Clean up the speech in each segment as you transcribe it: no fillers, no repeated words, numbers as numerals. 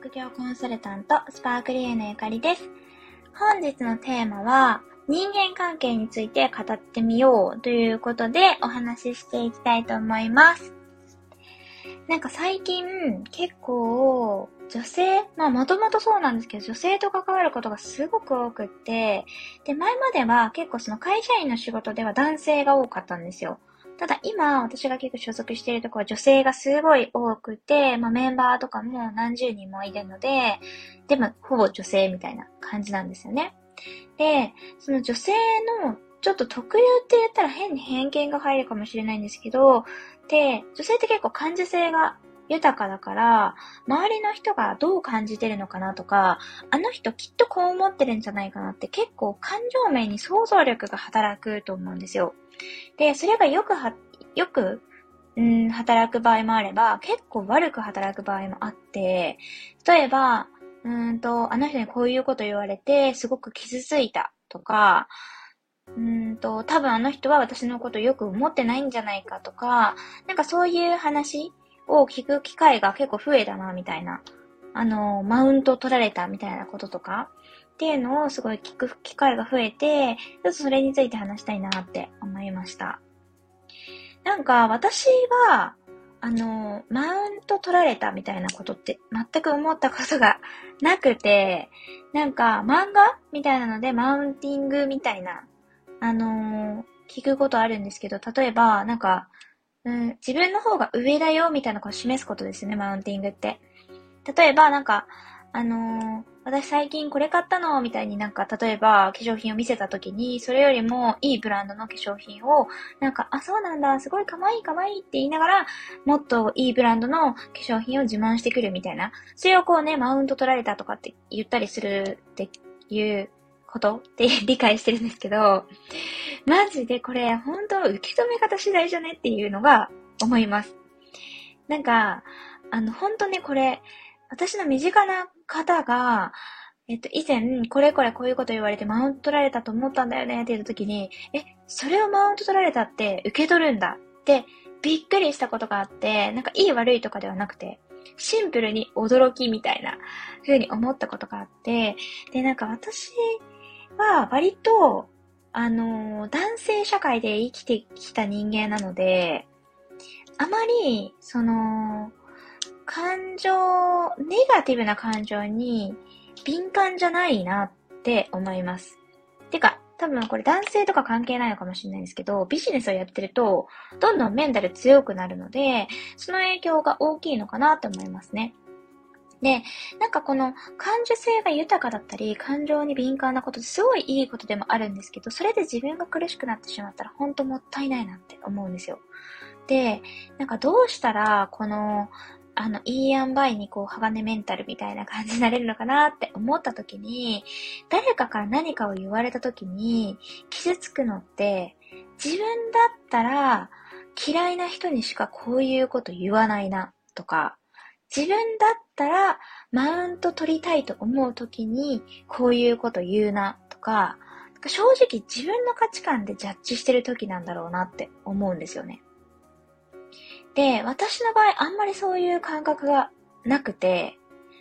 副業コンサルタント、スパークリエのゆかりです。本日のテーマは、人間関係について語ってみようということでお話ししていきたいと思います。なんか最近結構女性、もともとそうなんですけど、女性と関わることがすごく多くって、で、前までは結構その会社員の仕事では男性が多かったんですよ。ただ今、私が結構所属しているところは女性がすごい多くて、メンバーとかも何十人もいるので、でもほぼ女性みたいな感じなんですよね。で、その女性のちょっと特有って言ったら変に偏見が入るかもしれないんですけど、で、女性って結構感受性が豊かだから、周りの人がどう感じてるのかなとか、あの人きっとこう思ってるんじゃないかなって結構感情面に想像力が働くと思うんですよ。で、それがよく働く場合もあれば、結構悪く働く場合もあって、例えば、あの人にこういうこと言われて、すごく傷ついたとか、多分あの人は私のことよく思ってないんじゃないかとか、なんかそういう話を聞く機会が結構増えたな、みたいな。マウント取られたみたいなこととか、っていうのをすごい聞く機会が増えて、ちょっとそれについて話したいなって思いました。なんか私は、マウント取られたみたいなことって全く思ったことがなくて、なんか漫画みたいなのでマウンティングみたいな、聞くことあるんですけど、例えば、なんか、自分の方が上だよみたいなことを示すことですね、マウンティングって。例えば、なんか、私最近これ買ったのみたいになんか、例えば化粧品を見せたときに、それよりもいいブランドの化粧品を、なんか、あ、そうなんだ、すごい可愛い可愛いって言いながら、もっといいブランドの化粧品を自慢してくるみたいな。それをこうね、マウント取られたとかって言ったりするっていうことって理解してるんですけど、マジでこれ、本当受け止め方次第じゃねっていうのが思います。なんか、本当ね、これ、私の身近な方が、以前、これこれこういうこと言われてマウント取られたと思ったんだよねって言った時に、それをマウント取られたって受け取るんだってびっくりしたことがあって、なんかいい悪いとかではなくて、シンプルに驚きみたいな風に思ったことがあって、で、なんか私は割と、男性社会で生きてきた人間なので、あまり、ネガティブな感情に敏感じゃないなって思います。てか、多分これ男性とか関係ないのかもしれないんですけど、ビジネスをやってると、どんどんメンタル強くなるので、その影響が大きいのかなって思いますね。で、なんかこの感受性が豊かだったり、感情に敏感なことってすごいいいことでもあるんですけど、それで自分が苦しくなってしまったら本当もったいないなって思うんですよ。で、なんかどうしたら、いい塩梅にこう、鋼メンタルみたいな感じになれるのかなって思った時に、誰かから何かを言われた時に、傷つくのって、自分だったら、嫌いな人にしかこういうこと言わないな、とか、自分だったら、マウント取りたいと思う時に、こういうこと言うな、とか、正直自分の価値観でジャッジしてる時なんだろうなって思うんですよね。で、私の場合あんまりそういう感覚がなくて、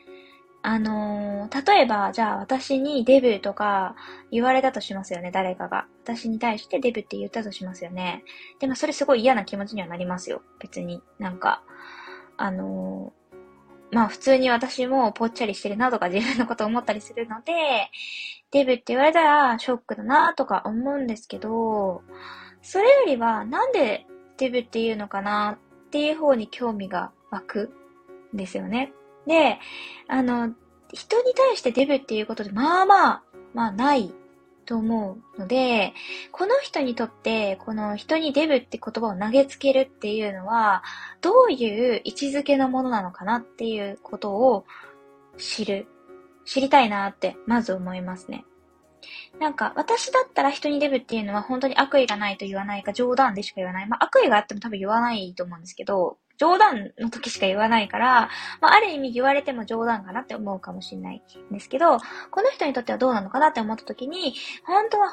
例えば、じゃあ私にデブとか言われたとしますよね、誰かが。私に対してデブって言ったとしますよね。でもそれすごい嫌な気持ちにはなりますよ、別に。なんか、普通に私もぽっちゃりしてるなとか自分のこと思ったりするので、デブって言われたらショックだなとか思うんですけど、それよりはなんでデブっていうのかなっていう方に興味が湧くんですよね。で、人に対してデブっていうことでないと思うので、この人にとって、この人にデブって言葉を投げつけるっていうのは、どういう位置づけのものなのかなっていうことを知りたいなってまず思いますね。なんか、私だったら人にデブっていうのは本当に悪意がないと言わないか冗談でしか言わない。悪意があっても多分言わないと思うんですけど、冗談の時しか言わないから、ある意味言われても冗談かなって思うかもしれないんですけど、この人にとってはどうなのかなって思った時に、本当は本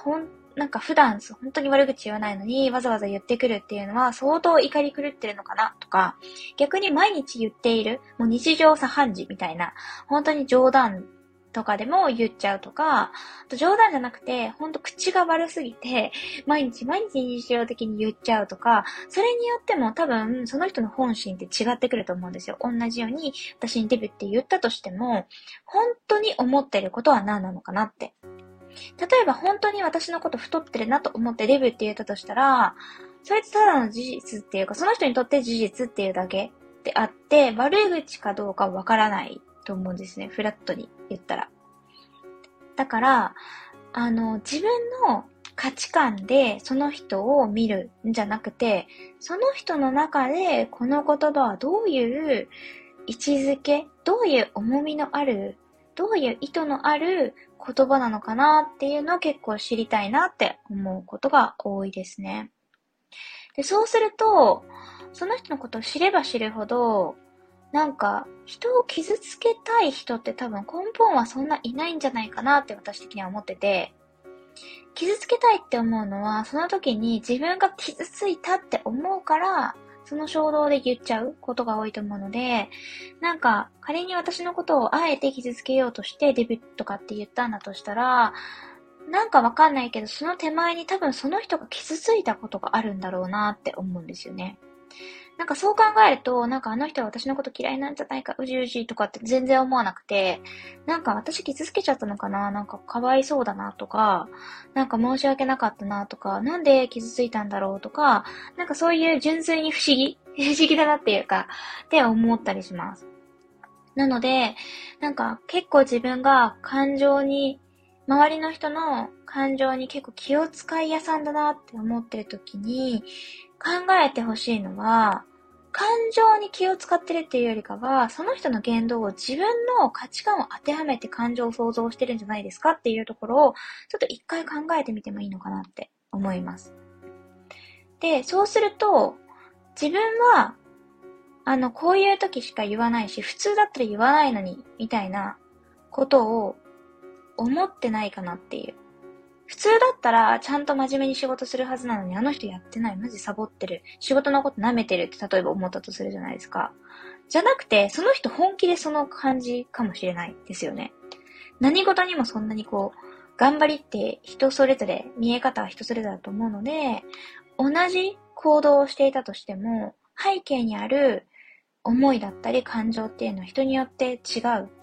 なんか普段本当に悪口言わないのにわざわざ言ってくるっていうのは相当怒り狂ってるのかなとか、逆に毎日言っている、もう日常茶飯事みたいな、本当に冗談とかでも言っちゃうとか、あと冗談じゃなくて、ほんと口が悪すぎて、毎日日常的に言っちゃうとか、それによっても多分その人の本心って違ってくると思うんですよ。同じように私にデブって言ったとしても、本当に思ってることは何なのかなって。例えば本当に私のこと太ってるなと思ってデブって言ったとしたら、それってただの事実っていうか、その人にとって事実っていうだけであって、悪い口かどうかわからないと思うんですね。フラットに言ったら。だから、自分の価値観でその人を見るんじゃなくて、その人の中でこの言葉はどういう位置づけ、どういう重みのある、どういう意図のある言葉なのかなっていうのを結構知りたいなって思うことが多いですね。で、そうすると、その人のことを知れば知るほど、なんか、人を傷つけたい人って多分根本はそんないないんじゃないかなって私的には思ってて、傷つけたいって思うのは、その時に自分が傷ついたって思うから、その衝動で言っちゃうことが多いと思うので、なんか、仮に私のことをあえて傷つけようとしてデビューとかって言ったんだとしたら、なんかわかんないけど、その手前に多分その人が傷ついたことがあるんだろうなって思うんですよね。なんかそう考えると、なんかあの人は私のこと嫌いなんじゃないか、うじうじとかって全然思わなくて、なんか私傷つけちゃったのかな、なんかかわいそうだなとか、なんか申し訳なかったなとか、なんで傷ついたんだろうとか、なんかそういう純粋に不思議だなっていうか、って思ったりします。なので、なんか結構自分が周りの人の感情に結構気を使い屋さんだなって思ってる時に考えてほしいのは、感情に気を使ってるっていうよりかは、その人の言動を自分の価値観を当てはめて感情を想像してるんじゃないですかっていうところを、ちょっと一回考えてみてもいいのかなって思います。で、そうすると、自分は、こういう時しか言わないし、普通だったら言わないのに、みたいなことを思ってないかなっていう。普通だったら、ちゃんと真面目に仕事するはずなのに、あの人やってない。マジサボってる。仕事のこと舐めてるって例えば思ったとするじゃないですか。じゃなくて、その人本気でその感じかもしれないですよね。何事にもそんなに頑張りって人それぞれ、見え方は人それぞれだと思うので、同じ行動をしていたとしても、背景にある思いだったり感情っていうのは人によって違うから、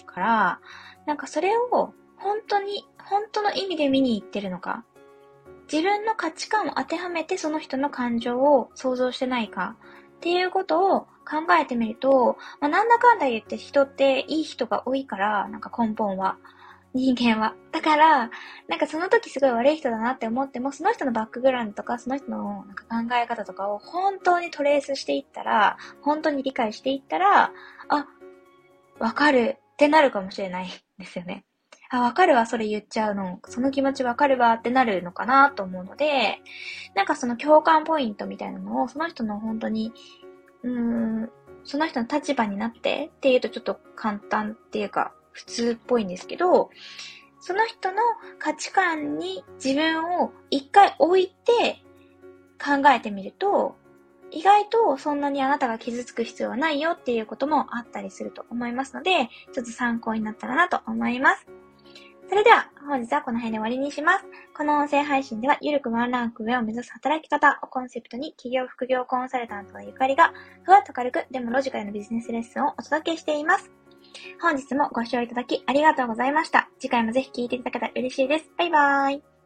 なんかそれを本当の意味で見に行ってるのか、自分の価値観を当てはめてその人の感情を想像してないかっていうことを考えてみると、なんだかんだ言って人っていい人が多いから、なんか根本は。人間は。だから、なんかその時すごい悪い人だなって思っても、その人のバックグラウンドとか、その人のなんか考え方とかを本当にトレースしていったら、本当に理解していったら、あ、わかるってなるかもしれないんですよね。あ、わかるわ、それ言っちゃうの。その気持ちわかるわってなるのかなと思うので、なんかその共感ポイントみたいなのを、その人の本当に、その人の立場になってっていうとちょっと簡単っていうか、普通っぽいんですけど、その人の価値観に自分を一回置いて考えてみると、意外とそんなにあなたが傷つく必要はないよっていうこともあったりすると思いますので、ちょっと参考になったらなと思います。それでは、本日はこの辺で終わりにします。この音声配信では、ゆるくワンランク上を目指す働き方をコンセプトに、企業副業コンサルタントのゆかりが、ふわっと軽く、でもロジカルなビジネスレッスンをお届けしています。本日もご視聴いただきありがとうございました。次回もぜひ聞いていただけたら嬉しいです。バイバーイ。